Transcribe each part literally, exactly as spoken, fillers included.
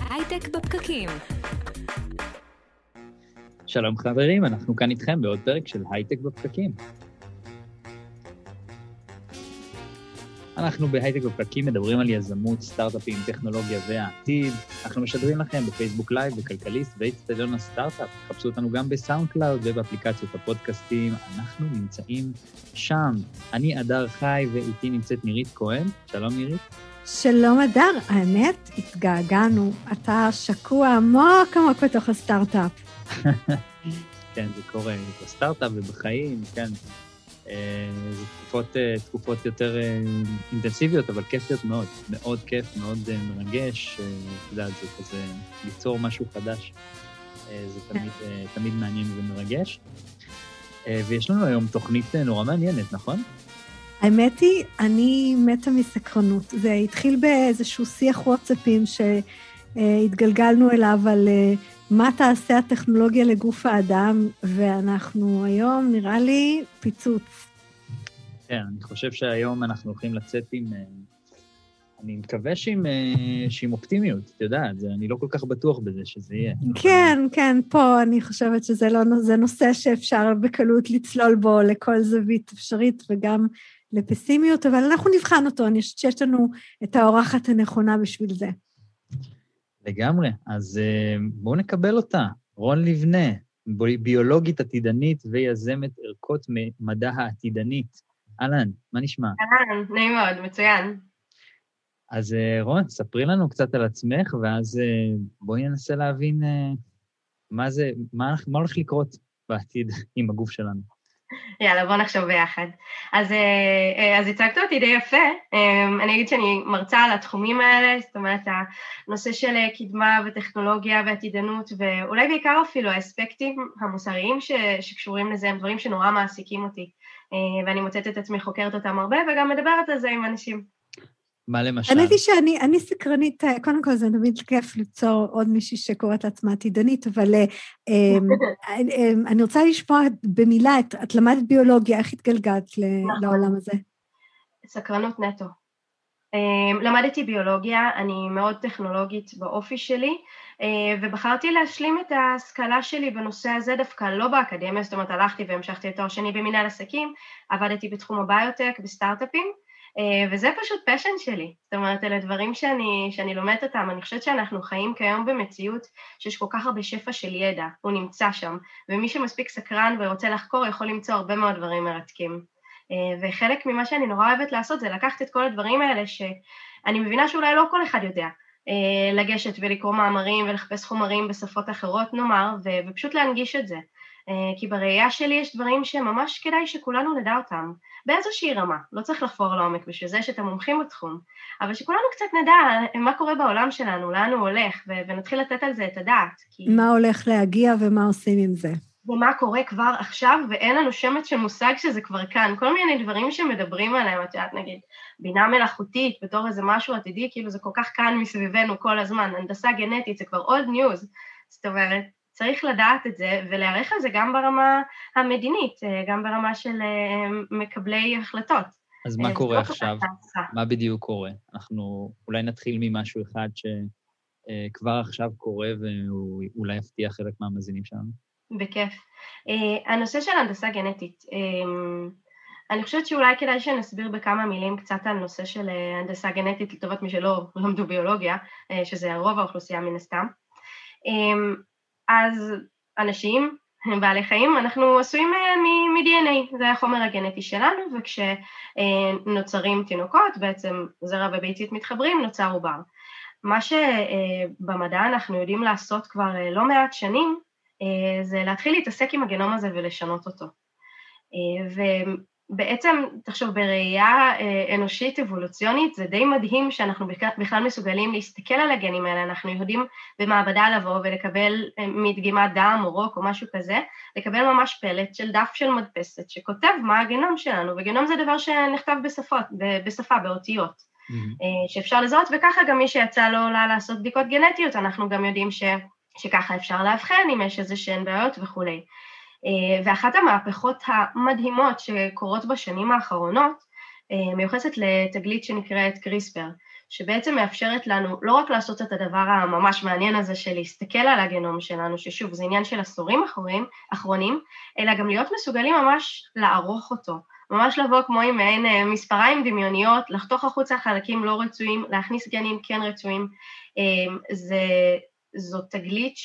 הייטק בפקקים. שלום חברים, אנחנו כאן איתכם בעוד פרק של הייטק בפקקים. אנחנו בהייטק בפקקים מדברים על יזמות, סטארט-אפים, טכנולוגיה והעתיד. אנחנו משדרים לכם בפייסבוק לייב, בכלכליסט ואצטדיון הסטארט-אפ. חפשו אותנו גם בסאונד קלאוד ובאפליקציות הפודקאסטים. אנחנו נמצאים שם. אני אדר חי ואיתי נמצאת נירית כהן. שלום נירית. שלום אדר, האמת, התגעגענו. אתה שקוע עמוק עמוק בתוך הסטארט-אפ. כן, זה קורה בסטארט-אפ ובחיים, כן. זה תקופות, תקופות יותר אינטנסיביות, אבל כיפיות מאוד. מאוד כיף, מאוד מרגש. אתה יודע, זה כזה ליצור משהו חדש. זה תמיד, תמיד מעניין ומרגש. ויש לנו היום תוכנית נורא מעניינת, נכון? האמת היא, אני מתה מסקרנות. זה התחיל באיזשהו שיח וואטסאפים שהתגלגלנו אליו על מה תעשה הטכנולוגיה לגוף האדם, ואנחנו היום, נראה לי, פיצוץ. כן, אני חושב שהיום אנחנו הולכים לצאת עם, אני מקווה שעם, שעם אופטימיות, אתה יודע, זה, אני לא כל כך בטוח בזה שזה יהיה. כן, אבל... כן, פה אני חושבת שזה לא, זה נושא שאפשר בקלות לצלול בו לכל זווית אפשרית, וגם לפסימיות, אבל אנחנו נבחן אותו, אני חושבת שיש לנו את האורחת הנכונה בשביל זה. לגמרי, אז בואו נקבל אותה. רון לבנה, ביולוגית עתידנית ויזמת ערכות מדע העתידנית. אהלן, מה נשמע? אהלן, נעים מאוד, מצוין. אז רון, ספרי לנו קצת על עצמך, ואז בואי ננסה להבין מה זה, מה, מה הולך לקרות בעתיד עם הגוף שלנו. יאללה, בוא נחשוב ביחד. אז, אז הצגת אותי די יפה. אני אגיד שאני מרצה על התחומים האלה, זאת אומרת, הנושא של קדמה וטכנולוגיה ועתידנות, ואולי בעיקר אפילו האספקטים המוסריים ש, שקשורים לזה, הם דברים שנורא מעסיקים אותי, ואני מוצאת את עצמי חוקרת אותם הרבה, וגם מדברת על זה עם אנשים. מה למשל? האמת היא שאני אני סקרנית, קודם כל זה תמיד כיף ליצור עוד מישהי שקוראת לעצמה עתידנית, אבל אני רוצה לשמוע במילה, את למדת ביולוגיה, איך התגלגלת לעולם הזה? סקרנות נטו. למדתי ביולוגיה, אני מאוד טכנולוגית באופי שלי, ובחרתי להשלים את ההשכלה שלי בנושא הזה דווקא לא באקדמיה, זאת אומרת הלכתי והמשכתי לתואר שני במנהל עסקים, עבדתי בתחום הביוטק בסטארט-אפים, וזה פשוט פשן שלי, זאת אומרת, אלה דברים שאני, שאני לומדת אותם, אני חושבת שאנחנו חיים כיום במציאות שיש כל כך הרבה שפע של ידע, הוא נמצא שם, ומי שמספיק סקרן ורוצה לחקור יכול למצוא הרבה מאוד דברים מרתקים, וחלק ממה שאני נורא אוהבת לעשות זה לקחת את כל הדברים האלה שאני מבינה שאולי לא כל אחד יודע, לגשת ולקרוא מאמרים ולחפש חומרים בשפות אחרות נאמר, ופשוט להנגיש את זה. כי בראייה שלי יש דברים שממש כדאי שכולנו נדע אותם, באיזושהי רמה, לא צריך לחפור לעומק, בשביל זה שאתם מומחים בתחום, אבל שכולנו קצת נדע מה קורה בעולם שלנו, לאן הוא הולך, ונתחיל לתת על זה את הדעת. כי... מה הולך להגיע ומה עושים עם זה. ומה קורה כבר עכשיו, ואין לנו שמץ של מושג שזה כבר כאן, כל מיני דברים שמדברים עליהם, את יודעת נגיד, בינה מלאכותית בתור איזה משהו עתידי, כאילו זה כל כך כאן מסביבנו כל הזמן, הנדסה גנטית זה כבר עוד ניוז, זאת אומרת, צריך לדעת את זה, ולהערך על זה גם ברמה המדינית, גם ברמה של מקבלי החלטות. אז מה קורה עכשיו? מה בדיוק קורה? אנחנו אולי נתחיל ממשהו אחד שכבר עכשיו קורה, והוא אולי יפתיע חלק מהמאזינים שלנו. בכיף. הנושא של הנדסה גנטית, אני חושבת שאולי כדאי שנסביר בכמה מילים קצת על נושא של הנדסה גנטית, לטובת מי שלא למדו ביולוגיה, שזה הרוב האוכלוסייה מן הסתם. אז אנשים, בעלי חיים, אנחנו עשויים מ-די אן איי, זה החומר הגנטי שלנו, וכשנוצרים תינוקות, בעצם זרע וביצית מתחברים, נוצר עובר. מה שבמדע אנחנו יודעים לעשות כבר לא מעט שנים, זה להתחיל להתעסק עם הגנום הזה ולשנות אותו. ובעצם, תחשוב, בראייה אנושית אבולוציונית, זה די מדהים שאנחנו בכלל מסוגלים להסתכל על הגנים האלה, אנחנו יודעים במעבדה לבוא ולקבל מדגימת דם או רוק או משהו כזה, לקבל ממש פלט של דף של מדפסת שכותב מה הגנום שלנו, וגנום זה דבר שנכתב בשפות, בשפה, באותיות, mm-hmm. שאפשר לזהות, וככה גם מי שיצא לו לעשות בדיקות גנטיות, אנחנו גם יודעים ש... שככה אפשר להבחן אם יש איזה שהן בעיות וכולי. ואחת המהפכות המדהימות שקורות בשנים האחרונות, מיוחסת לתגלית שנקראת קריספר, שבעצם מאפשרת לנו לא רק לעשות את הדבר הממש מעניין הזה של להסתכל על הגנום שלנו, ששוב זה עניין של עשורים אחרים, אחרונים, אלא גם להיות מסוגלים ממש לערוך אותו, ממש לבוא כמו עם מעין מספריים דמיוניות, לחתוך החוצה חלקים לא רצויים, להכניס גנים כן רצויים, זה, זו תגלית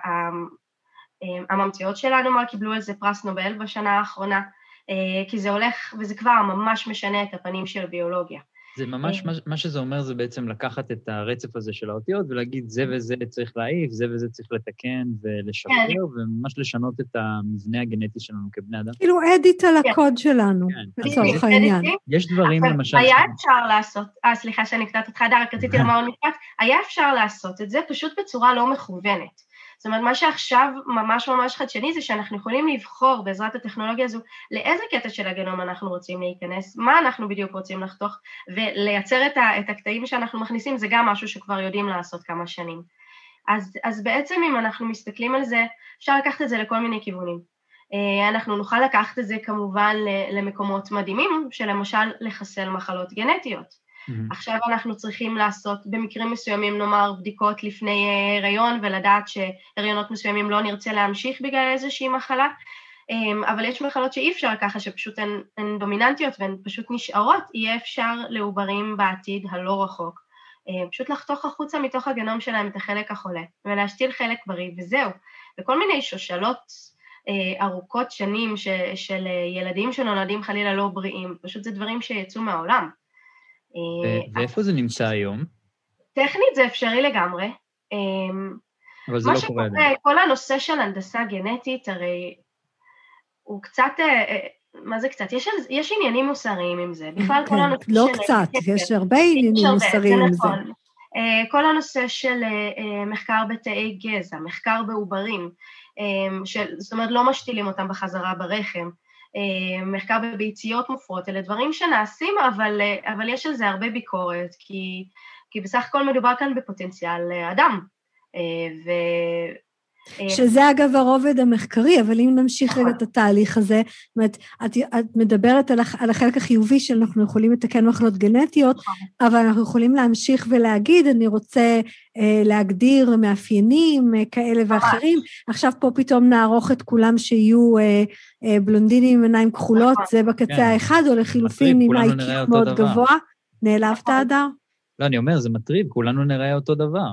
שהממציאות שלנו מה קיבלו על זה פרס נובל בשנה האחרונה, כי זה הולך וזה כבר ממש משנה את הפנים של ביולוגיה. זה ממש, מה שזה אומר זה בעצם לקחת את הרצף הזה של האותיות ולהגיד זה וזה צריך להעיף, זה וזה צריך לתקן ולשפר, וממש לשנות את המבנה הגנטי שלנו כבני אדם. כאילו אדיט על הקוד שלנו, לצורך העניין. יש דברים למשל... היה אפשר לעשות, אה סליחה שאני קטעת אותך, רק רציתי לומר עוד משפט, היה אפשר לעשות את זה פשוט בצורה לא מכוונת. זאת אומרת, מה שעכשיו ממש ממש חדשני זה שאנחנו יכולים לבחור בעזרת הטכנולוגיה הזו לאיזה קטע של הגנום אנחנו רוצים להיכנס, מה אנחנו בדיוק רוצים לחתוך, ולייצר את, ה, את הקטעים שאנחנו מכניסים, זה גם משהו שכבר יודעים לעשות כמה שנים. אז, אז בעצם אם אנחנו מסתכלים על זה, אפשר לקחת את זה לכל מיני כיוונים. אנחנו נוכל לקחת את זה כמובן למקומות מדהימים, שלמשל לחסל מחלות גנטיות. Mm-hmm. עכשיו אנחנו צריכים לעשות במקרים מסוימים, נאמר, בדיקות לפני הריון, ולדעת שהריונות מסוימים לא נרצה להמשיך בגלל איזושהי מחלה, אבל יש מחלות שאי אפשר ככה, שפשוט הן, הן דומיננטיות והן פשוט נשארות, יהיה אפשר לעוברים בעתיד הלא רחוק, פשוט לחתוך החוצה מתוך הגנום שלהם את החלק החולה, ולהשתיל חלק בריא, וזהו. וכל מיני שושלות ארוכות שנים ש, של ילדים שנולדים חלילה לא בריאים, פשוט זה דברים שיצאו מהעולם. ואיפה זה נמצא היום? טכנית זה אפשרי לגמרי. אבל זה לא קורה. כל הנושא של הנדסה גנטית, הרי הוא קצת, מה זה קצת? יש עניינים מוסריים עם זה. בכלל כל הנושא של... לא קצת, יש הרבה עניינים מוסריים עם זה. כל הנושא של מחקר בתאי גזע, מחקר בעוברים, זאת אומרת לא משתילים אותם בחזרה ברחם, מחקר בביציות מופרות, אלה דברים שנעשים, אבל, אבל יש על זה הרבה ביקורת, כי, כי בסך הכל מדובר כאן בפוטנציאל אדם. ו... שזה אגב הרובד המחקרי, אבל אם נמשיך רגע את התהליך הזה, זאת אומרת, את, את מדברת על, על החלק החיובי שאנחנו יכולים לתקן מחלות גנטיות, אבל אנחנו יכולים להמשיך ולהגיד, אני רוצה אה, להגדיר מאפיינים אה, כאלה ואחרים, עכשיו פה פתאום נערוך את כולם שיהיו אה, אה, בלונדינים עם עיניים כחולות, זה בקצה האחד, או לחילופין עם איי-קיו מאוד גבוה, נעלבת אדר? לא, אני אומר, זה מטריד, כולנו נראה אותו דבר.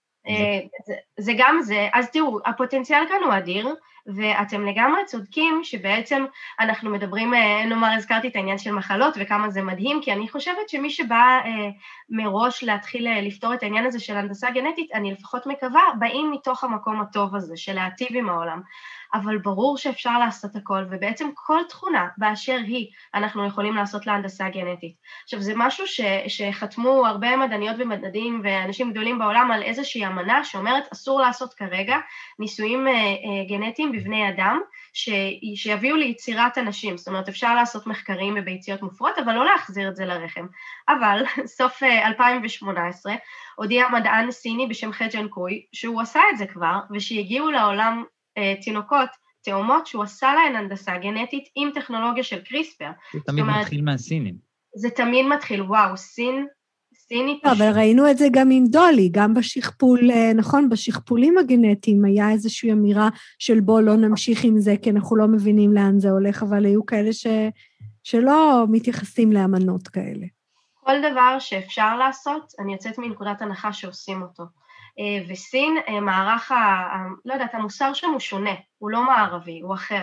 זה, זה גם זה, אז תראו, הפוטנציאל כאן הוא אדיר, ואתם לגמרי צודקים שבעצם אנחנו מדברים, נאמר, הזכרתי את העניין של מחלות וכמה זה מדהים, כי אני חושבת שמי שבא אה, מראש להתחיל לפתור את העניין הזה של הנדסה גנטית, אני לפחות מקווה, באים מתוך המקום הטוב הזה של להטיב עם העולם. אבל ברור שאפשר לעשות הכל, ובעצם כל תכונה באשר היא, אנחנו יכולים לעשות להנדסה גנטית. עכשיו, זה משהו ש, שחתמו הרבה מדעניות ומדענים ואנשים גדולים בעולם על איזושהי אמנה שאומרת, אסור לעשות כרגע ניסויים אה, אה, גנטיים בבני אדם, ש, שיביאו ליצירת אנשים. זאת אומרת, אפשר לעשות מחקרים בביציות מופרות, אבל לא להחזיר את זה לרחם. אבל, סוף אה, אלפיים שמונה עשרה, הודיע מדען סיני בשם חג'ן קוי, שהוא עשה את זה כבר, ושהגיעו לעולם תינוקות, תאומות, שהוא עשה להן הנדסה גנטית עם טכנולוגיה של קריספר. זה תמיד אומרת, מתחיל מהסינים. זה תמיד מתחיל, וואו, סין, סיני פשוט. אבל ראינו את זה גם עם דולי, גם בשכפול, נכון, בשכפולים הגנטיים היה איזושהי אמירה של בוא לא נמשיך עם זה, כי אנחנו לא מבינים לאן זה הולך, אבל היו כאלה ש, שלא מתייחסים לאמנות כאלה. כל דבר שאפשר לעשות, אני יוצאת מנקודת הנחה שעושים אותו. וסין, מערך, ה, לא יודעת, המוסר שם הוא שונה, הוא לא מערבי, הוא אחר.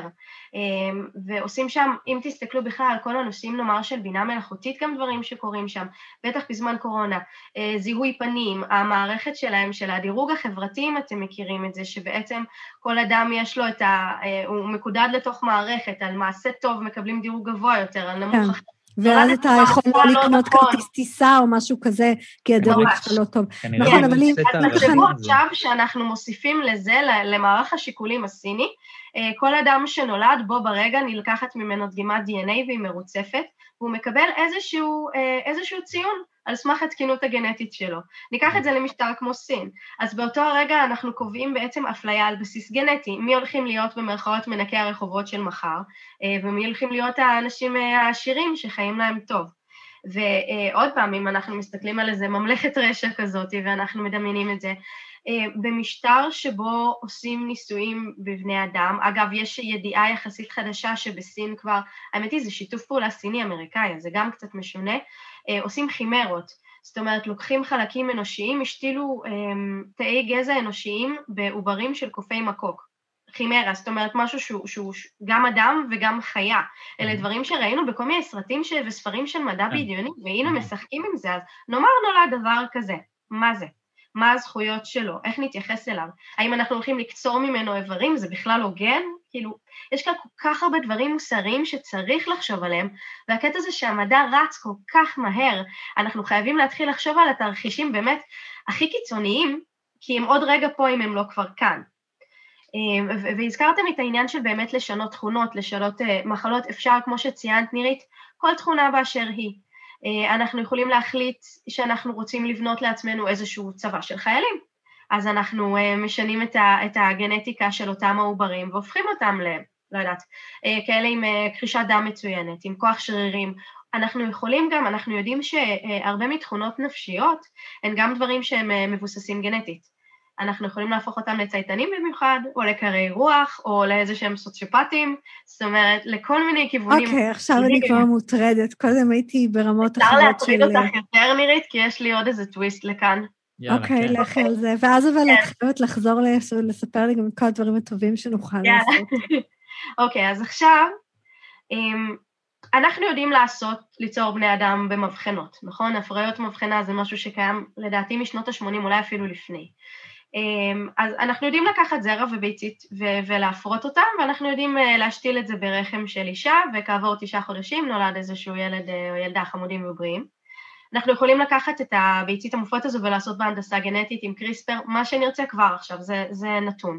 ועושים שם, אם תסתכלו בכלל על כל הנושאים, נאמר, של בינה מלאכותית, גם דברים שקורים שם, בטח בזמן קורונה, זיהוי פנים, המערכת שלהם, של הדירוג החברתי, אם אתם מכירים את זה, שבעצם כל אדם יש לו את ה... הוא מקודד לתוך מערכת, על מעשה טוב מקבלים דירוג גבוה יותר, על נמוך אחר. ואז אתה יכול לא לקנות כרטיס טיסה או משהו כזה, כי הדירוג שלך לא טוב. נכון, אבל אם... אז תחשבו עכשיו שאנחנו מוסיפים לזה, למערך השיקולים הסיני, כל אדם שנולד בו ברגע נלקחת ממנו דגימת די אן איי והיא מרוצפת, והוא מקבל איזשהו, איזשהו ציון על סמך התקינות הגנטית שלו. ניקח את זה למשטר כמו סין. אז באותו הרגע אנחנו קובעים בעצם אפליה על בסיס גנטי, מי הולכים להיות במרכאות מנקי הרחובות של מחר, ומי הולכים להיות האנשים העשירים שחיים להם טוב. ועוד פעם, אם אנחנו מסתכלים על איזה ממלכת רשע כזאת, ואנחנו מדמיינים את זה, במשטר שבו עושים ניסויים בבני אדם, אגב, יש ידיעה יחסית חדשה שבסין כבר, האמת היא, זה שיתוף פעולה סיני-אמריקאי, זה גם קצת משונה, עושים חימרות, זאת אומרת, לוקחים חלקים אנושיים, השתילו תאי גזע אנושיים בעוברים של קופי מקוק, חימרה, זאת אומרת, משהו שהוא, שהוא גם אדם וגם חיה, אלה דברים שראינו בכל מיני סרטים ש... וספרים של מדע בדיוני, והיינו משחקים עם זה, אז נאמר נולד דבר כזה, מה זה? מה הזכויות שלו, איך נתייחס אליו, האם אנחנו הולכים לקצור ממנו איברים, זה בכלל הוגן, כאילו, יש כאן כל כך הרבה דברים מוסריים שצריך לחשוב עליהם, והקטע זה שהמדע רץ כל כך מהר, אנחנו חייבים להתחיל לחשוב על התרחישים באמת הכי קיצוניים, כי הם עוד רגע פה אם הם לא כבר כאן. והזכרתם את העניין של באמת לשנות תכונות, לשנות מחלות, אפשר כמו שציינת נירית, כל תכונה באשר היא. אנחנו יכולים להחליט שאנחנו רוצים לבנות לעצמנו איזשהו צבא של חיילים, אז אנחנו משנים את הגנטיקה של אותם העוברים והופכים אותם ל, לא יודעת, כאלה עם קרישת דם מצוינת, עם כוח שרירים. אנחנו יכולים גם, אנחנו יודעים שהרבה מתכונות נפשיות הן גם דברים שהם מבוססים גנטית. אנחנו יכולים להפוך אותם לצייתנים במיוחד, או לקרי רוח, או לאיזה שהם סוציופטים, זאת אומרת, לכל מיני כיוונים. אוקיי, עכשיו אני כבר מוטרדת, קודם הייתי ברמות אחרות של... אפשר להטריד אותך יותר נירית, כי יש לי עוד איזה טוויסט לכאן. אוקיי, לכי על זה, ואז אבל את חייבת לחזור לספר לי גם כל הדברים הטובים שנוכל לעשות. אוקיי, אז עכשיו, אנחנו יודעים לעשות, ליצור בני אדם במבחנות, נכון? הפריות מבחנה זה משהו שקיים לדעתי משנות ה-שמונים, אולי אפילו לפני. אז אנחנו יודעים לקחת זרע וביצית ולהפרות אותם, ואנחנו יודעים להשתיל את זה ברחם של אישה, וכעבור תשעה חודשים נולד איזשהו ילד או ילדה חמודים ובריאים. אנחנו יכולים לקחת את הביצית המופרות הזו ולעשות בה הנדסה גנטית עם קריספר, מה שנרצה כבר עכשיו, זה, זה נתון.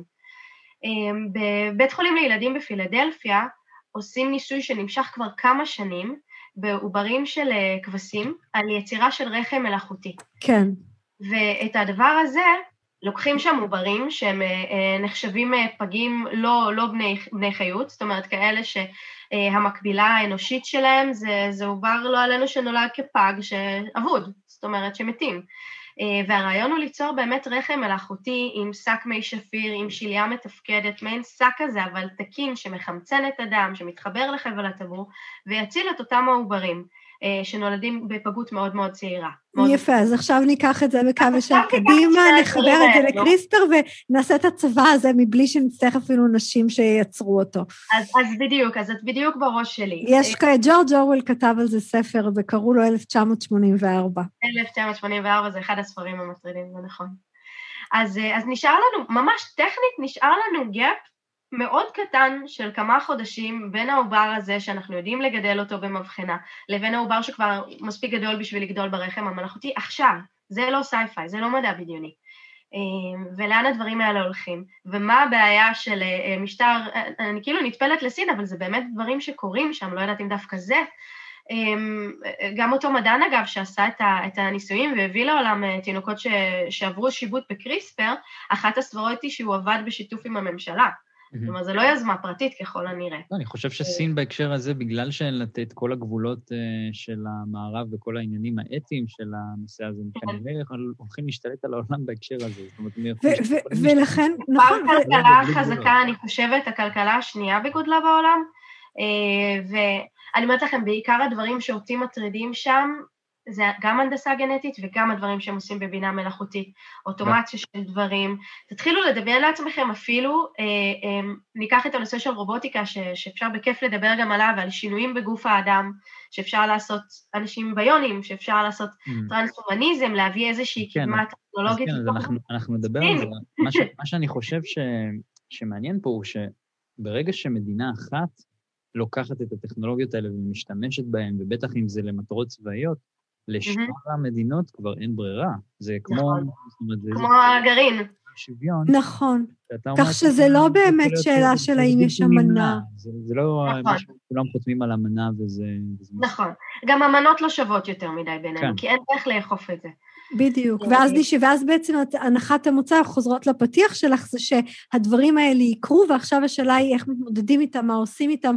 בבית חולים לילדים בפילדלפיה, עושים ניסוי שנמשך כבר כמה שנים, בעוברים של כבשים, על יצירה של רחם מלאכותי. כן. ואת הדבר הזה, לוקחים שם עוברים שהם נחשבים פגים לא, לא בני, בני חיות, זאת אומרת כאלה שהמקבילה האנושית שלהם זה, זה עובר לא עלינו שנולד כפג שעבוד, זאת אומרת שמתים. והרעיון הוא ליצור באמת רחם מלאכותי עם שק מי שפיר, עם שליה מתפקדת, מעין שק כזה, אבל תקין שמחמצן את הדם, שמתחבר לחבל הטבור, ויציל את אותם העוברים. שנולדים בפגות מאוד מאוד צעירה. יפה, אז עכשיו ניקח את זה בקו של קדימה, נחבר את זה לקריספר ונעשה את הצבא הזה מבלי שנצטרך אפילו נשים שיצרו אותו. אז בדיוק, אז את בדיוק בראש שלי. יש כאלה, ג'ורג' אורוול כתב על זה ספר וקראו לו אלף תשע מאות שמונים וארבע. אלף תשע מאות שמונים וארבע זה אחד הספרים המטרידים, זה נכון. אז נשאר לנו, ממש טכנית נשאר לנו גאפ, מאוד קטן של כמה חודשים בין העובר הזה שאנחנו יודעים לגדל אותו במבחנה, לבין העובר שכבר מספיק גדול בשביל לגדול ברחם המלאכותי, עכשיו, זה לא סייפיי, זה לא מדע בדיוני. ולאן הדברים האלה הולכים? ומה הבעיה של משטר, אני כאילו נטפלת לסין, אבל זה באמת דברים שקורים שם, לא יודעת אם דווקא זה. גם אותו מדען אגב שעשה את הניסויים והביא לעולם תינוקות שעברו שיבוט בקריספר, אחת הסברות היא שהוא עבד בשיתוף עם הממשלה. זאת אומרת, זה לא יזמה פרטית ככל הנראה. אני חושב שסין בהקשר הזה, בגלל שאין לתת כל הגבולות של המערב וכל העניינים האתיים של הנושא הזה, כנראה הולכים להשתלט על העולם בהקשר הזה. ולכן, נכון. הכלכלה חזקה, אני חושבת, הכלכלה השנייה בגודלה בעולם, ואני אומרת לכם, בעיקר הדברים שאותי מטרידים שם, זה גם הנדסה גנטית וגם הדברים שהם עושים בבינה מלאכותית, אוטומציה של דברים. תתחילו לדבר לעצמכם אפילו, אה, אה, ניקח את הנושא של רובוטיקה, ש, שאפשר בכיף לדבר גם עליו, על שינויים בגוף האדם, שאפשר לעשות אנשים ביונים, שאפשר לעשות mm. טרנסהומניזם, להביא איזושהי כן, קדמה טכנולוגית. כן, אז אנחנו, אנחנו נדבר על זה. מה, ש, מה שאני חושב ש, שמעניין פה הוא שברגע שמדינה אחת לוקחת את הטכנולוגיות האלה ומשתמשת בהן, ובטח אם זה למטרות צבאיות, לשאר המדינות כבר אין ברירה. זה כמו... כמו הגרעין. שוויון. נכון. כך שזה לא באמת שאלה של האם יש אמנה. זה לא מה שכולם חותמים על אמנה וזה... נכון. גם אמנות לא שוות יותר מדי בינינו, כי אין איך לאכוף את זה. בדיוק. ואז בעצם הנחת המוצא חוזרות לפתיח שלך, זה שהדברים האלה יקרו, ועכשיו השאלה היא איך מתמודדים איתם, מה עושים איתם,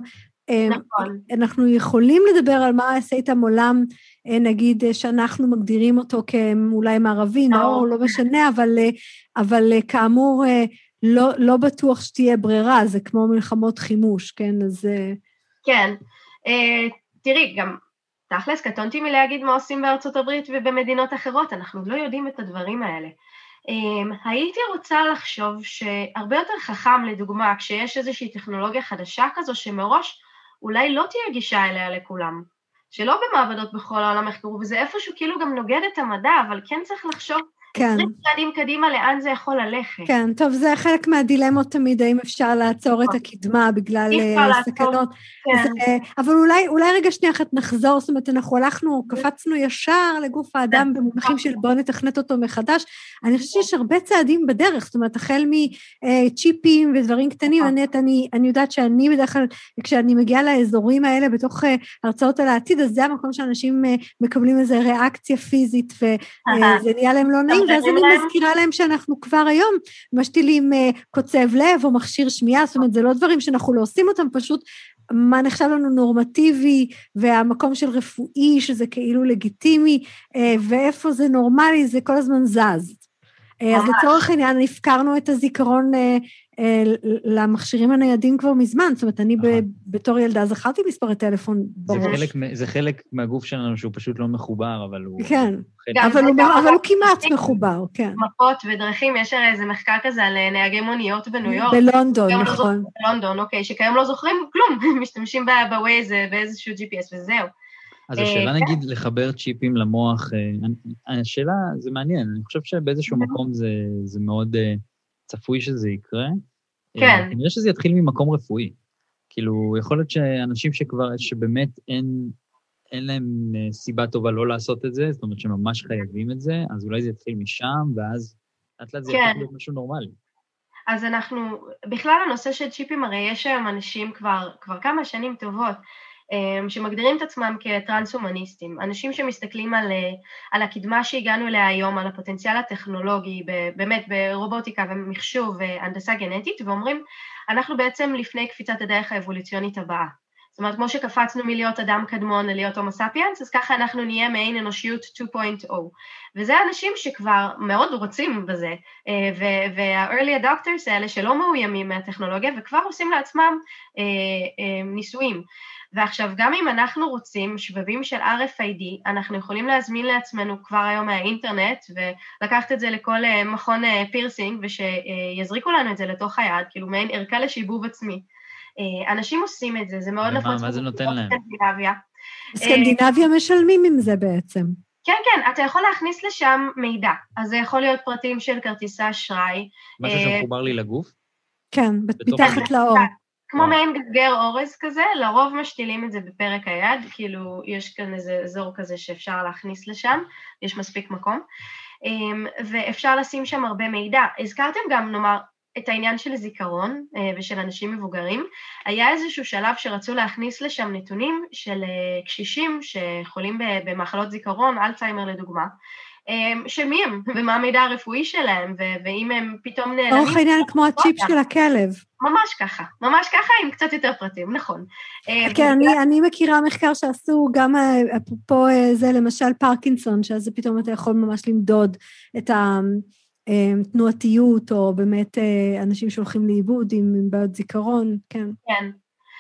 נכון. אנחנו יכולים לדבר על מה עשה איתם עולם, נגיד שאנחנו מגדירים אותו כאולי מערבי, נאור, לא משנה, אבל, אבל כאמור, לא, לא בטוח שתהיה ברירה, זה כמו מלחמות חימוש, כן? אז... כן. תראי, גם תכלס, קטונתי מלהגיד מה עושים בארצות הברית ובמדינות אחרות, אנחנו לא יודעים את הדברים האלה. הייתי רוצה לחשוב שהרבה יותר חכם, לדוגמה, כשיש איזושהי טכנולוגיה חדשה כזו, שמראש אולי לא תהיה גישה אליה לכולם, שלא במעבדות בכל העולם יחקרו, וזה איפשהו כאילו גם נוגד את המדע, אבל כן צריך לחשוב עשרים צעדים קדימה לאן זה יכול ללכת. כן, טוב, זה חלק מהדילמות תמיד, האם אפשר לעצור את הקדמה בגלל סכנות. אבל אולי רגע שנייה אחת נחזור, זאת אומרת, אנחנו הלכנו, קפצנו ישר לגוף האדם במונחים של בוא נתכנת אותו מחדש. אני חושבת שיש הרבה צעדים בדרך, זאת אומרת, החל מצ'יפים ודברים קטנים, אני יודעת שאני בדרך כלל, כשאני מגיעה לאזורים האלה בתוך הרצאות על העתיד, אז זה המקום שאנשים מקבלים איזו ריאקציה פיזית, וזה נהיה להם לא נעים, ואז אני מזכירה להם שאנחנו כבר היום משתילים קוצב לב או מכשיר שמיעה, זאת אומרת, זה לא דברים שאנחנו לא עושים אותם, פשוט מה נחשב לנו נורמטיבי, והמקום של רפואי, שזה כאילו לגיטימי, ואיפה זה נורמלי, זה כל הזמן זז. אז לצורך העניין, הפקרנו את הזיכרון למכשירים הניידים כבר מזמן, זאת אומרת, אני בתור ילדה זכרתי מספרי טלפון בראש. זה חלק מהגוף שלנו שהוא פשוט לא מחובר, אבל הוא... כן, אבל הוא כמעט מחובר, כן. מפות ודרכים, יש הרי איזה מחקר כזה על נהגי מוניות בניו יורק. בלונדון, נכון. בלונדון, אוקיי, שכיום לא זוכרים כלום, משתמשים בווייז באיזשהו ג'י פי אס וזהו. אז השאלה נגיד לחבר צ'יפים למוח, השאלה זה מעניין, אני חושב שבאיזשהו מקום זה מאוד צפוי שזה יקרה. כן. אני חושב שזה יתחיל ממקום רפואי. כאילו, יכול להיות שאנשים שכבר, שבאמת אין, אין להם סיבה טובה לא לעשות את זה, זאת אומרת שממש חייבים את זה, אז אולי זה יתחיל משם, ואז לאט לאט זה יתחיל להיות משהו נורמלי. אז אנחנו, בכלל הנושא של צ'יפים, הרי יש היום אנשים כבר, כבר כמה שנים טובות, שמגדירים את עצמם כטרנס-הומניסטים, אנשים שמסתכלים על, על הקדמה שהגענו אליה היום, על הפוטנציאל הטכנולוגי, באמת ברובוטיקה ומחשוב והנדסה גנטית, ואומרים, אנחנו בעצם לפני קפיצת הדרך האבולוציונית הבאה. זאת אומרת, כמו שקפצנו מלהיות אדם קדמון ללהיות הומו ספיאנס, אז ככה אנחנו נהיה מעין אנושיות שתיים נקודה אפס. וזה אנשים שכבר מאוד רוצים בזה, וה-early adopters האלה שלא מאוימים מהטכנולוגיה, וכבר עושים לעצמם ניסויים. ועכשיו, גם אם אנחנו רוצים שבבים של אר אף איי די, אנחנו יכולים להזמין לעצמנו כבר היום מהאינטרנט, ולקחת את זה לכל מכון פירסינג, ושיזריקו לנו את זה לתוך היד, כאילו מעין ערכה לשיבוב עצמי. אנשים עושים את זה, זה מאוד נפוץ. מה זה נותן להם? סקנדינביה. סקנדינביה משלמים עם זה בעצם. כן, כן, אתה יכול להכניס לשם מידע, אז זה יכול להיות פרטים של כרטיסי אשראי. משהו שמחובר לי לגוף? כן, מתחת לאור. כמו מעין גרגר אורז כזה, לרוב משתילים את זה בפרק היד, כאילו יש כאן איזה אזור כזה שאפשר להכניס לשם, יש מספיק מקום, ואפשר לשים שם הרבה מידע. הזכרתם גם, נאמר, את העניין של זיכרון ושל אנשים מבוגרים, היה איזשהו שלב שרצו להכניס לשם נתונים של קשישים שחולים במחלות זיכרון, אלצהיימר לדוגמה, של מי הם ומה המידע הרפואי שלהם, ואם הם פתאום נעלמים... אורך העניין כמו הצ'יפ של הכלב. ממש ככה, ממש ככה עם קצת יותר פרטים, נכון. כן, אני מכירה מחקר שעשו גם פה זה למשל פרקינסון, שזה פתאום אתה יכול ממש למדוד את התנועתיות, או באמת אנשים שהולכים לאיבוד עם בעיות זיכרון, כן. כן.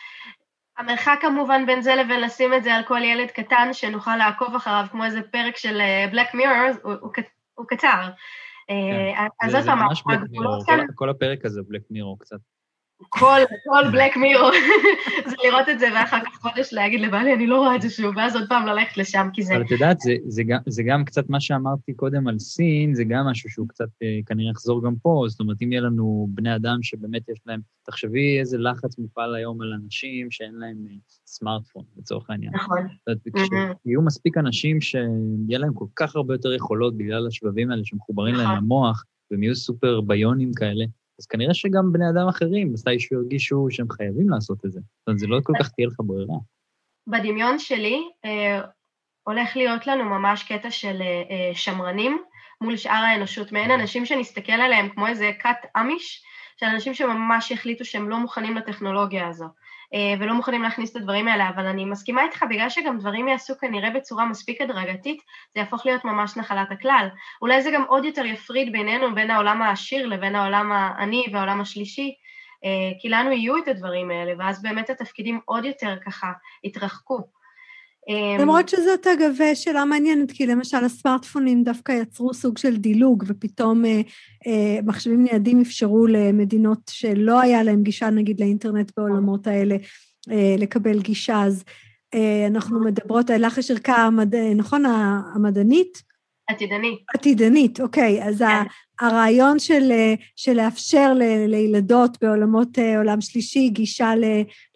המרחק כמובן בין זה לבין לשים את זה על כל ילד קטן, שנוכל לעקוב אחריו, כמו איזה פרק של Black Mirror, הוא קצר. אז זאת ממש Black Mirror, כל הפרק הזה Black Mirror קצת. כל, כל Black Mirror, זה לראות את זה, ואחר כך חודש להגיד לבעלי, אני לא רואה את זה שוב, ואז עוד פעם ללכת לשם, כי זה... אבל את יודעת, זה, זה, גם, זה גם קצת מה שאמרתי קודם על סין, זה גם משהו שהוא קצת כנראה יחזור גם פה, זאת אומרת, אם יהיה לנו בני אדם שבאמת יש להם, תחשבי איזה לחץ מופעל היום על אנשים שאין להם סמארטפון, לצורך העניין. נכון. כשיהיו מספיק אנשים שיהיה להם כל כך הרבה יותר יכולות בגלל השבבים האלה שמחוברים להם למוח, והם יהיו סופר ביונים כאלה, אז כנראה שגם בני אדם אחרים, מתישהו הרגישו שהם חייבים לעשות את זה. זאת אומרת, זה לא כל כך תהיה לך ברירה. בדמיון שלי, אה, הולך להיות לנו ממש קטע של אה, שמרנים, מול שאר האנושות, מעין אנשים שנסתכל עליהם כמו איזה קאט אמיש, של אנשים שממש החליטו שהם לא מוכנים לטכנולוגיה הזו. ולא מוכנים להכניס את הדברים האלה, אבל אני מסכימה איתך, בגלל שגם דברים יעשו כנראה בצורה מספיק הדרגתית, זה יהפוך להיות ממש נחלת הכלל. אולי זה גם עוד יותר יפריד בינינו, בין העולם העשיר לבין העולם העני והעולם השלישי, כי לנו יהיו את הדברים האלה, ואז באמת התפקידים עוד יותר ככה התרחקו. למרות שזאת אגב שאלה מעניינת, כי למשל הסמארטפונים דווקא יצרו סוג של דילוג, ופתאום אה, אה, מחשבים ניידים אפשרו למדינות שלא היה להם גישה נגיד לאינטרנט בעולמות האלה, אה, לקבל גישה, אז אה, אנחנו מדברות, לך יש ערכה, המד... נכון, המדענית? עתידנית. עתידנית, אוקיי, אז כן. הרעיון של, של לאפשר ל, לילדות בעולמות עולם שלישי, גישה ל,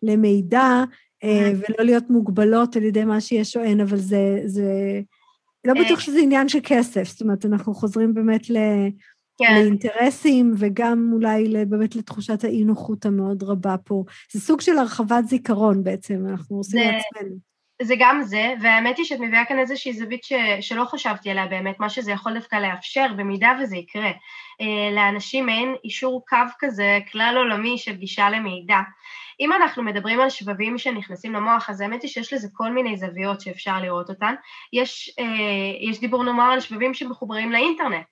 למידע, ולא להיות מוגבלות על ידי מה שיש או אין, אבל זה, זה לא בטוח שזה עניין של כסף, זאת אומרת, אנחנו חוזרים באמת ל, כן. לאינטרסים, וגם אולי באמת לתחושת האי-נוחות המאוד רבה פה. זה סוג של הרחבת זיכרון בעצם, אנחנו עושים זה... לעצמנו. זה גם זה, והאמת היא שאת מביאה כאן איזושהי זווית ש, שלא חשבתי עליה באמת, מה שזה יכול דווקא לאפשר, במידה וזה יקרה, לאנשים אין אישור קו כזה, כלל עולמי של גישה למידע. אם אנחנו מדברים על שבבים שנכנסים למוח, אז האמת היא שיש לזה כל מיני זוויות שאפשר לראות אותן. יש, יש דיבור נאמר על שבבים שמחוברים לאינטרנט,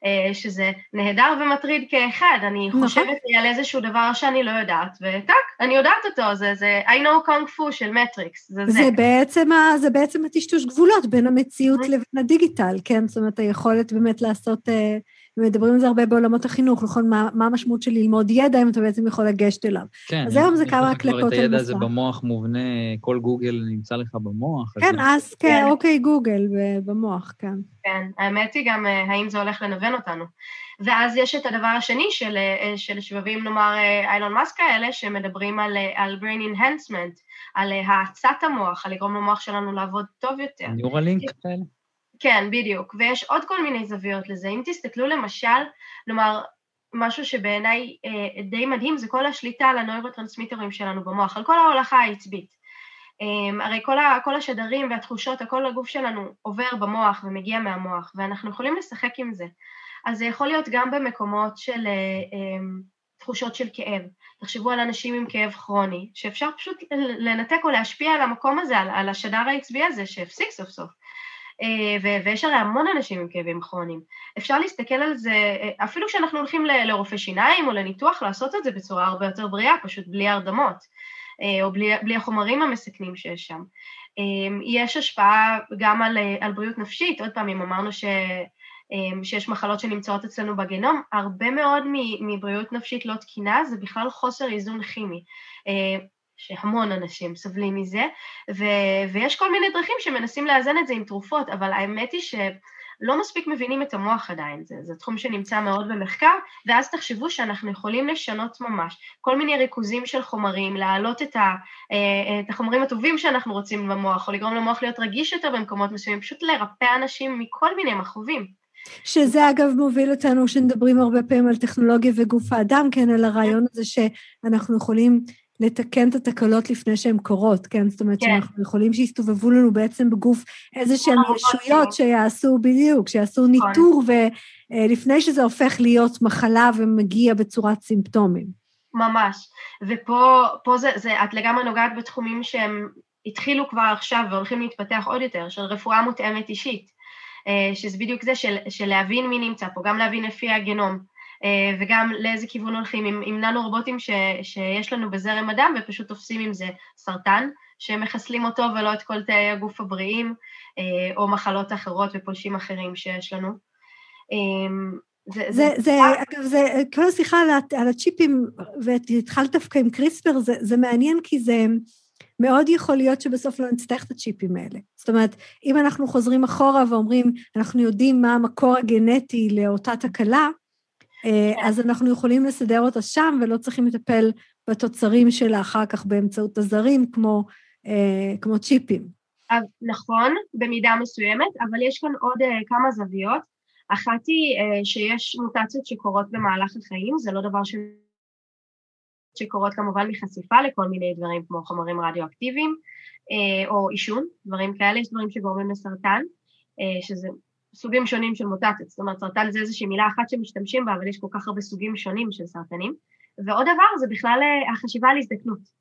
שזה נהדר ומטריד כאחד, אני חושבת על איזשהו דבר שאני לא יודעת, וטק, אני יודעת אותו, זה, זה I know Kung Fu של מטריקס, זה זה. זה בעצם, זה בעצם הטשטוש גבולות בין המציאות לבין הדיגיטל, כן? זאת אומרת, היכולת באמת לעשות, מדברים על זה הרבה בעולמות החינוך, נכון, מה, מה המשמעות של ללמוד ידע, אם אתה בעצם יכול לגשת אליו. כן. אז היום זה כמה הקלקות על מסך. את הידע הזה במוח מובנה, כל גוגל נמצא לך במוח. כן, אז כן, אוקיי, גוגל במוח, כן. כן, האמת היא גם, האם זה הולך לנוון אותנו. ואז יש את הדבר השני של, של שבבים, נאמר, אילון מאסק האלה, שמדברים על, על brain enhancement, על האצת המוח, על לגרום למוח שלנו לעבוד טוב יותר. ניורלינק כאלה. כן, בדיוק, ויש עוד כל מיני זוויות לזה. אם תסתכלו למשל, נאמר, משהו שבעיניי אה, די מדהים, זה כל השליטה על הנוירוטרנסמיטרים שלנו במוח, על כל ההולכה העצבית. אה, הרי כל, ה, כל השדרים והתחושות, הכל הגוף שלנו עובר במוח ומגיע מהמוח, ואנחנו יכולים לשחק עם זה. אז זה יכול להיות גם במקומות של אה, אה, תחושות של כאב. תחשבו על אנשים עם כאב כרוני, שאפשר פשוט לנתק או להשפיע על המקום הזה, על, על השדר העצבי הזה, שהפסיק סוף סוף. ויש הרי המון אנשים עם כאבים כרוניים. אפשר להסתכל על זה, אפילו כשאנחנו הולכים לרופא שיניים או לניתוח, לעשות את זה בצורה הרבה יותר בריאה, פשוט בלי הרדמות, או בלי, בלי החומרים המסכנים שיש שם. יש השפעה גם על, על בריאות נפשית, עוד פעם, אם אמרנו ש, שיש מחלות שנמצאות אצלנו בגנום, הרבה מאוד מבריאות נפשית לא תקינה, זה בכלל חוסר איזון כימי. שהמון אנשים סובלים מזה, ו- ויש כל מיני דרכים שמנסים לאזן את זה עם תרופות, אבל האמת היא שלא מספיק מבינים את המוח עדיין, זה, זה תחום שנמצא מאוד במחקר, ואז תחשבו שאנחנו יכולים לשנות ממש, כל מיני ריכוזים של חומרים, להעלות את, ה- את החומרים הטובים שאנחנו רוצים במוח, או לגרום למוח להיות רגיש יותר במקומות מסוימים, פשוט לרפא אנשים מכל מיני מכאובים. שזה אגב מוביל אותנו, שנדברים הרבה פעמים על טכנולוגיה וגוף האדם, כן, על הרעיון הזה שאנחנו יכולים לתקן את התקלות לפני שהן קורות, כן? זאת אומרת, כן. שאנחנו יכולים שיסתובבו לנו בעצם בגוף איזה שהן ישויות שיעשו בדיוק, שיעשו ניטור, ולפני שזה הופך להיות מחלה ומגיע בצורת סימפטומים. ממש. ופה פה זה, זה, את לגמרי נוגעת בתחומים שהם התחילו כבר עכשיו והולכים להתפתח עוד יותר, של רפואה מותאמת אישית, שזה בדיוק זה של, של להבין מי נמצא פה, גם להבין לפי הגנום, וגם לאיזה כיוון הולכים, עם, עם ננו-רובוטים ש, שיש לנו בזרם אדם, ופשוט תופסים עם זה סרטן, שמחסלים אותו ולא את כל תאי הגוף הבריאים, או מחלות אחרות ופולשים אחרים שיש לנו. זה, זה, זה, זה אגב, זה, כל השיחה על, על הצ'יפים, והתחלת דווקא עם קריספר, זה, זה מעניין כי זה מאוד יכול להיות שבסוף לא נצטרך את הצ'יפים האלה. זאת אומרת, אם אנחנו חוזרים אחורה ואומרים, אנחנו יודעים מה המקור הגנטי לאותה תקלה, אז אנחנו יכולים לסדר אותה שם, ולא צריכים לטפל בתוצרים שלה אחר כך באמצעות הזרים, כמו, כמו צ'יפים. נכון, במידה מסוימת, אבל יש כאן עוד כמה זוויות. אחת היא שיש מוטציות שקורות במהלך החיים, זה לא דבר ש... שקורות כמובן מחשיפה לכל מיני דברים, כמו חומרים רדיואקטיביים, או עישון, דברים כאלה, יש דברים שגורמים לסרטן, שזה... סוגים שונים של מוטציות, זאת אומרת, סרטן זה איזושהי מילה אחת שמשתמשים בה, אבל יש כל כך הרבה סוגים שונים של סרטנים, ועוד דבר זה בכלל החשיבה על הזדקנות.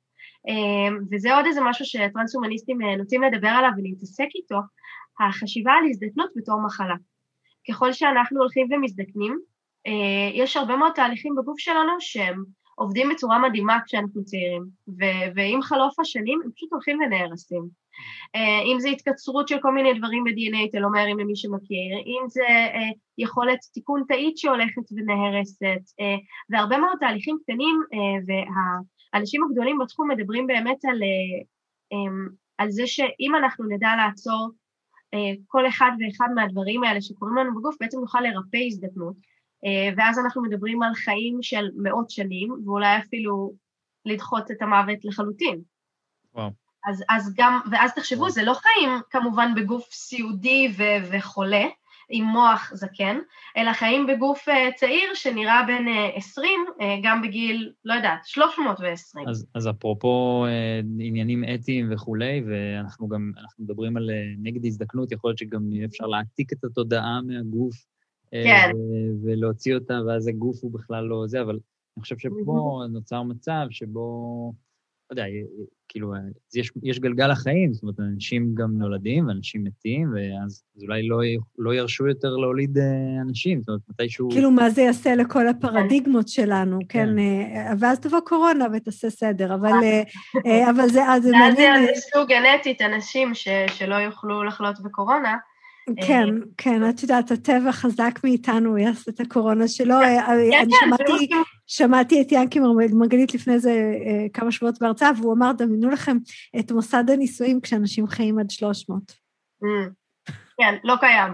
וזה עוד איזה משהו שטרנס-הומניסטים נוטים לדבר עליו ולהתעסק איתו, החשיבה על הזדקנות בתור מחלה. ככל שאנחנו הולכים ומזדקנים, יש הרבה מאוד תהליכים בגוף שלנו שהם עובדים בצורה מדהימה כשאנחנו צעירים, ו- ועם חלוף השנים הם פשוט הולכים ונהרסים. אם זה התקצרות של כל מיני דברים ב-די אן איי טלומרים למי שמכיר, אם זה יכולת תיקון תאית שהולכת ונהרסת, והרבה מאוד תהליכים קטנים, והאנשים הגדולים בתחום מדברים באמת על, על זה שאם אנחנו נדע לעצור כל אחד ואחד מהדברים האלה שקוראים לנו בגוף, בעצם נוכל לרפא הזדקנות, ואז אנחנו מדברים על חיים של מאות שנים, ואולי אפילו לדחות את המוות לחלוטין. וואו. אז, אז גם, ואז תחשבו, וואו. זה לא חיים כמובן בגוף סיעודי ו- וחולה, עם מוח זקן, אלא חיים בגוף צעיר שנראה בין עשרים, גם בגיל, לא יודעת, שלוש מאות ועשרים. אז, אז אפרופו עניינים אתיים וכולי, ואנחנו גם, אנחנו מדברים על נגד הזדקנות, יכול להיות שגם אפשר להעתיק את התודעה מהגוף, כן. ולהוציא אותה, ואז הגוף הוא בכלל לא זה, אבל אני חושב שפה נוצר מצב שבו, לא יודע, כאילו, יש, יש גלגל החיים, זאת אומרת, אנשים גם נולדים, ואנשים מתים, ואז אולי לא, לא ירשו יותר להוליד אנשים, זאת אומרת, מתישהו... כאילו, מה זה יעשה לכל הפרדיגמות שלנו, כן, ואז תבוא קורונה ותעשה סדר, אבל, אבל זה... ואז זה יעשו גנטית אנשים ש, שלא יוכלו לחלות בקורונה, כן, כן, את יודעת, הטבע חזק מאיתנו, הוא יעשה את הקורונה שלו. אני שמעתי, שמעתי את ינקי מרגלית לפני זה כמה שבועות בהרצאה, והוא אמר, דמיינו לכם את מוסד הנישואים כשאנשים חיים עד שלוש מאות. כן, לא קיים.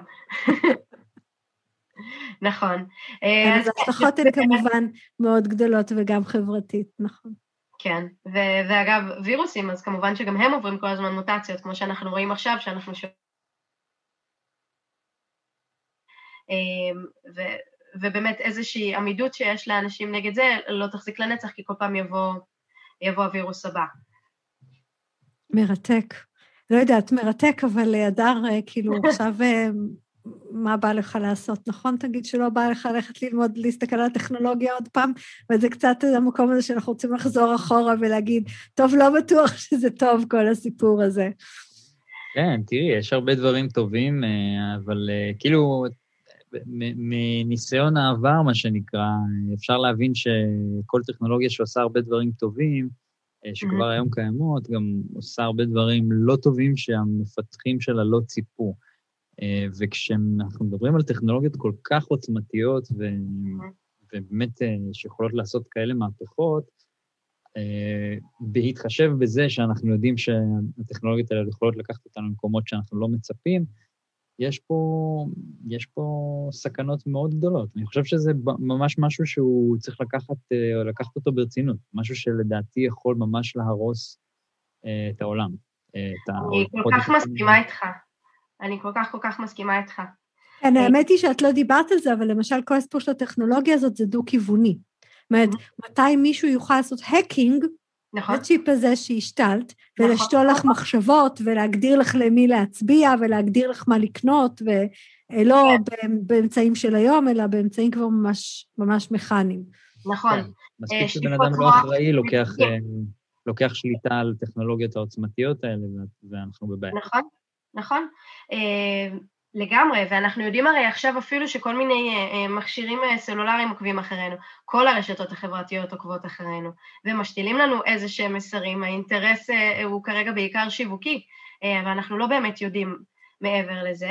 נכון. אז ההשלכות הן כמובן מאוד גדולות וגם חברתית, נכון. כן, ואגב, וירוסים, אז כמובן שגם הם עוברים כל הזמן מוטציות, כמו שאנחנו רואים עכשיו, שאנחנו שומעים, ו- ובאמת איזושהי עמידות שיש לאנשים נגד זה, לא תחזיק לנצח, כי כל פעם יבוא, יבוא הווירוס הבא. מרתק. לא יודעת, מרתק, אבל הדר, כאילו, עכשיו, מה בא לך לעשות? נכון, תגיד שלא בא לך ללכת ללמוד, להסתכל על הטכנולוגיה עוד פעם, וזה קצת המקום הזה שאנחנו רוצים לחזור אחורה ולהגיד, טוב, לא בטוח שזה טוב, כל הסיפור הזה. כן, תראי, יש הרבה דברים טובים, אבל כאילו, מניסיון העבר, מה שנקרא, אפשר להבין שכל טכנולוגיה שעושה הרבה דברים טובים, שכבר היום קיימות, גם עושה הרבה דברים לא טובים שהמפתחים שלה לא ציפו. וכשאנחנו מדברים על טכנולוגיות כל כך עוצמתיות, ובאמת שיכולות לעשות כאלה מהפכות, בהתחשב בזה שאנחנו יודעים שהטכנולוגיות האלה יכולות לקחת אותנו למקומות שאנחנו לא מצפים, יש פה, יש פה סכנות מאוד גדולות. אני חושב שזה ממש משהו שהוא צריך לקחת, לקחת אותו ברצינות, משהו שלדעתי יכול ממש להרוס את העולם. אני כל כך מסכימה איתך. אני כל כך כל כך מסכימה איתך. כן, האמת היא שאת לא דיברת על זה, אבל למשל כל הסיפור של הטכנולוגיה הזאת זה דו-כיווני. זאת אומרת, מתי מישהו יוכל לעשות האקינג, הצ'יפ הזה שהשתלת, ולשתול לך מחשבות, ולהגדיר לך למי להצביע, ולהגדיר לך מה לקנות, ולא באמצעים של היום, אלא באמצעים כבר ממש, ממש מכניים. נכון. מספיק שבן אדם לא אחראי, לוקח שליטה על טכנולוגיות העוצמתיות האלה, ואנחנו בבעיה. נכון, נכון. לגמרי, ואנחנו יודעים הרי עכשיו אפילו שכל מיני מכשירים סלולריים עוקבים אחרינו, כל הרשתות החברתיות עוקבות אחרינו, ומשתילים לנו איזה שהם מסרים, האינטרס הוא כרגע בעיקר שיווקי, ואנחנו לא באמת יודעים מעבר לזה.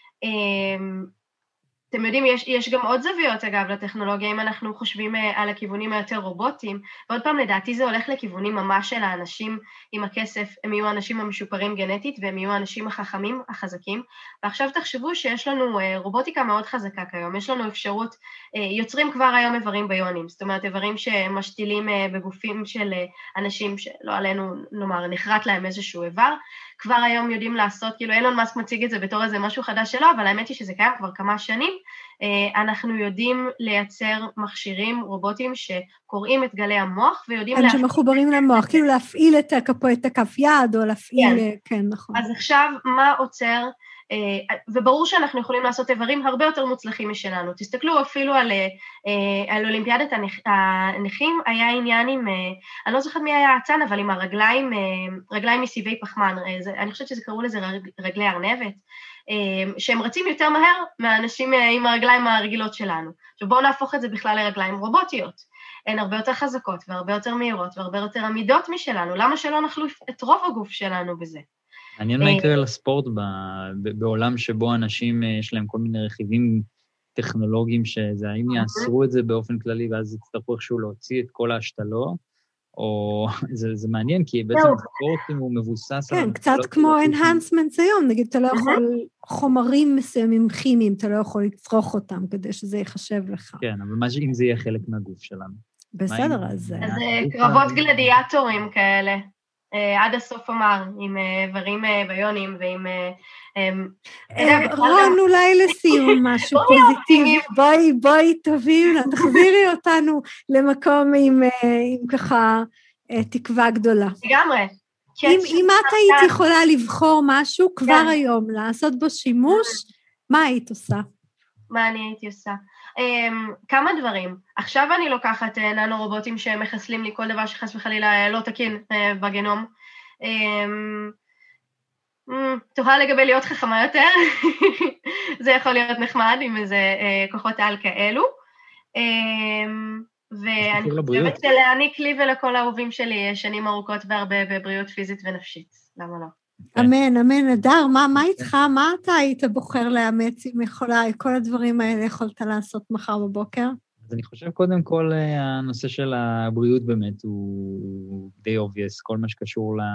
אתם יודעים, יש, יש גם עוד זוויות, אגב, לטכנולוגיה, אם אנחנו חושבים על הכיוונים היותר רובוטיים, ועוד פעם, לדעתי זה הולך לכיוונים ממש של האנשים עם הכסף, הם יהיו האנשים המשופרים גנטית, והם יהיו האנשים החכמים, החזקים, ועכשיו תחשבו שיש לנו רובוטיקה מאוד חזקה כיום, יש לנו אפשרות, יוצרים כבר היום איברים ביונים, זאת אומרת, איברים שמשתילים בגופים של אנשים שלא עלינו, נאמר, נחרט להם איזשהו איבר, כבר היום יודעים לעשות, כאילו אילון מאסק מציג את זה בתור איזה משהו חדש שלו, אבל האמת היא שזה קיים כבר כמה שנים, אנחנו יודעים לייצר מכשירים רובוטיים שקוראים את גלי המוח, ויודעים להפעיל... שמחוברים למוח, כאילו להפעיל את הכף יד, או להפעיל... כן, נכון. אז עכשיו, מה עוצר וברור שאנחנו יכולים לעשות איברים הרבה יותר מוצלחים משלנו. תסתכלו אפילו על, על אולימפיאדת הנכים, היה עניין עם, אני לא זוכרת מי היה הצן, אבל עם הרגליים, רגליים מסיבי פחמן, אני חושבת שזה קראו לזה רגלי ארנבת, שהם רצים יותר מהר מהאנשים עם הרגליים הרגילות שלנו. עכשיו בואו נהפוך את זה בכלל לרגליים רובוטיות. הן הרבה יותר חזקות והרבה יותר מהירות והרבה יותר עמידות משלנו. למה שלא נחליף את רוב הגוף שלנו בזה? מעניין מה יקרה לספורט בעולם שבו אנשים יש להם כל מיני רכיבים טכנולוגיים שזה, האם יאסרו את זה באופן כללי ואז יצטרכו איכשהו להוציא את כל ההשתלות, או זה, זה מעניין כי בעצם ספורט אם הוא מבוסס... כן, קצת כמו enhancements היום, נגיד אתה לא יכול חומרים מסוימים כימיים, אתה לא יכול לצרוך אותם כדי שזה ייחשב לך. כן, אבל מה אם זה יהיה חלק מהגוף שלנו? בסדר, אז... אז קרבות גלדיאטורים כאלה. עד הסוף אמר, עם איברים ביונים ועם... רון, אולי לסיום משהו פוזיטיבי. בואי, בואי, תביאי, תחזירי אותנו למקום עם ככה תקווה גדולה. לגמרי. אם את היית יכולה לבחור משהו כבר היום, לעשות בו שימוש, מה היית עושה? מה אני הייתי עושה? Um, כמה דברים. עכשיו אני לוקחת uh, ננו רובוטים שמחסלים לי כל דבר שחס וחלילה לא תקין uh, בגנום. Um, um, תוכל לגבי להיות חכמה יותר, זה יכול להיות נחמד עם איזה uh, כוחות על כאלו. Um, ואני חושבת להעניק לי ולכל האהובים שלי שנים ארוכות והרבה בבריאות פיזית ונפשית. למה לא? אמן, אמן, אדר, מה, מה איתך? מה אתה היית בוחר לאמץ אם יכולה, כל הדברים האלה יכולת לעשות מחר בבוקר? אז אני חושב קודם כל, הנושא של הבריאות באמת הוא די obvious, כל מה שקשור ל,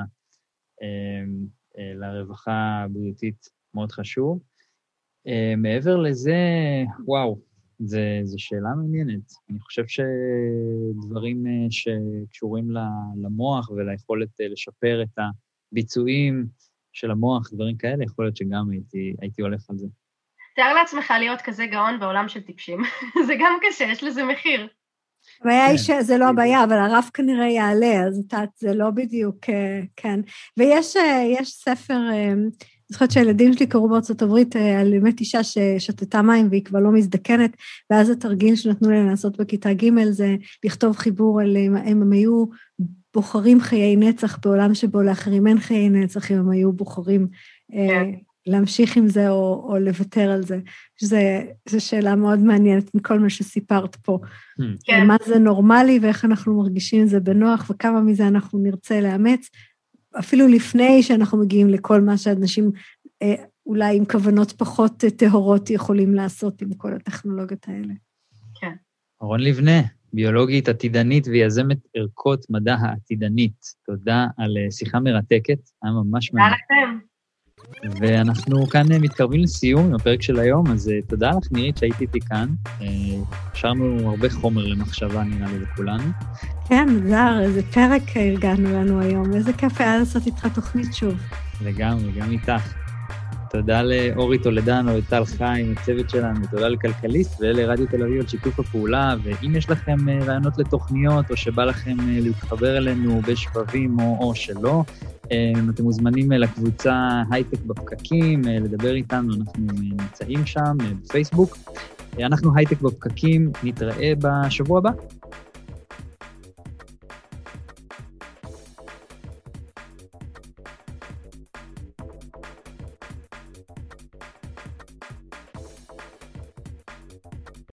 לרווחה הבריאותית מאוד חשוב. מעבר לזה, וואו, זה, זה שאלה מעניינת. אני חושב שדברים שקשורים למוח וליכולת לשפר את הביצועים של המוח, דברים כאלה, יכול להיות שגם הייתי, הייתי הולך על זה. תאר לעצמך להיות כזה גאון בעולם של טיפשים. זה גם קשה, יש לזה מחיר. הבעיה היא שזה לא הבעיה, אבל הרף כנראה יעלה, אז זה לא בדיוק, כן. ויש ספר, אני זוכרת שהילדים שלי קראו בארצות הברית על באמת אישה ששתתה מים והיא כבר לא מזדקנת, ואז התרגיל שנתנו להם לעשות בכיתה ג' זה לכתוב חיבור על אם הם היו בוחרים חיי נצח בעולם שבו לאחרים אין חיי נצח, אם הם היו בוחרים להמשיך עם זה או, או לוותר על זה. זו שאלה מאוד מעניינת מכל מה שסיפרת פה. כן. מה זה נורמלי ואיך אנחנו מרגישים את זה בנוח וכמה מזה אנחנו נרצה לאמץ, אפילו לפני שאנחנו מגיעים לכל מה שאנשים אולי עם כוונות פחות טהורות יכולים לעשות עם כל הטכנולוגיות האלה. כן. רון לבנה, ביולוגית עתידנית ויזמת ערכות מדע העתידנית. תודה על שיחה מרתקת, היה ממש מעניין. תודה לכם. ואנחנו כאן מתקרבים לסיום עם הפרק של היום, אז תודה לך נירית שהייתי איתי כאן. השארנו הרבה חומר למחשבה נראה לי לכולנו. כן, זר, איזה פרק הרגענו לנו היום, איזה כיף היה לעשות איתך תוכנית שוב. לגמרי, גם איתך. תודה לאורי טולדנו, לטל חיים, הצוות שלנו, תודה לכלכליסט ולרדיו תל אביב על שיתוף הפעולה, ואם יש לכם רעיונות לתוכניות, או שבא לכם להתחבר אלינו בשבבים או, או שלא, אתם מוזמנים לקבוצה הייטק בפקקים, לדבר איתנו, אנחנו נמצאים שם בפייסבוק. אנחנו הייטק בפקקים, נתראה בשבוע הבא.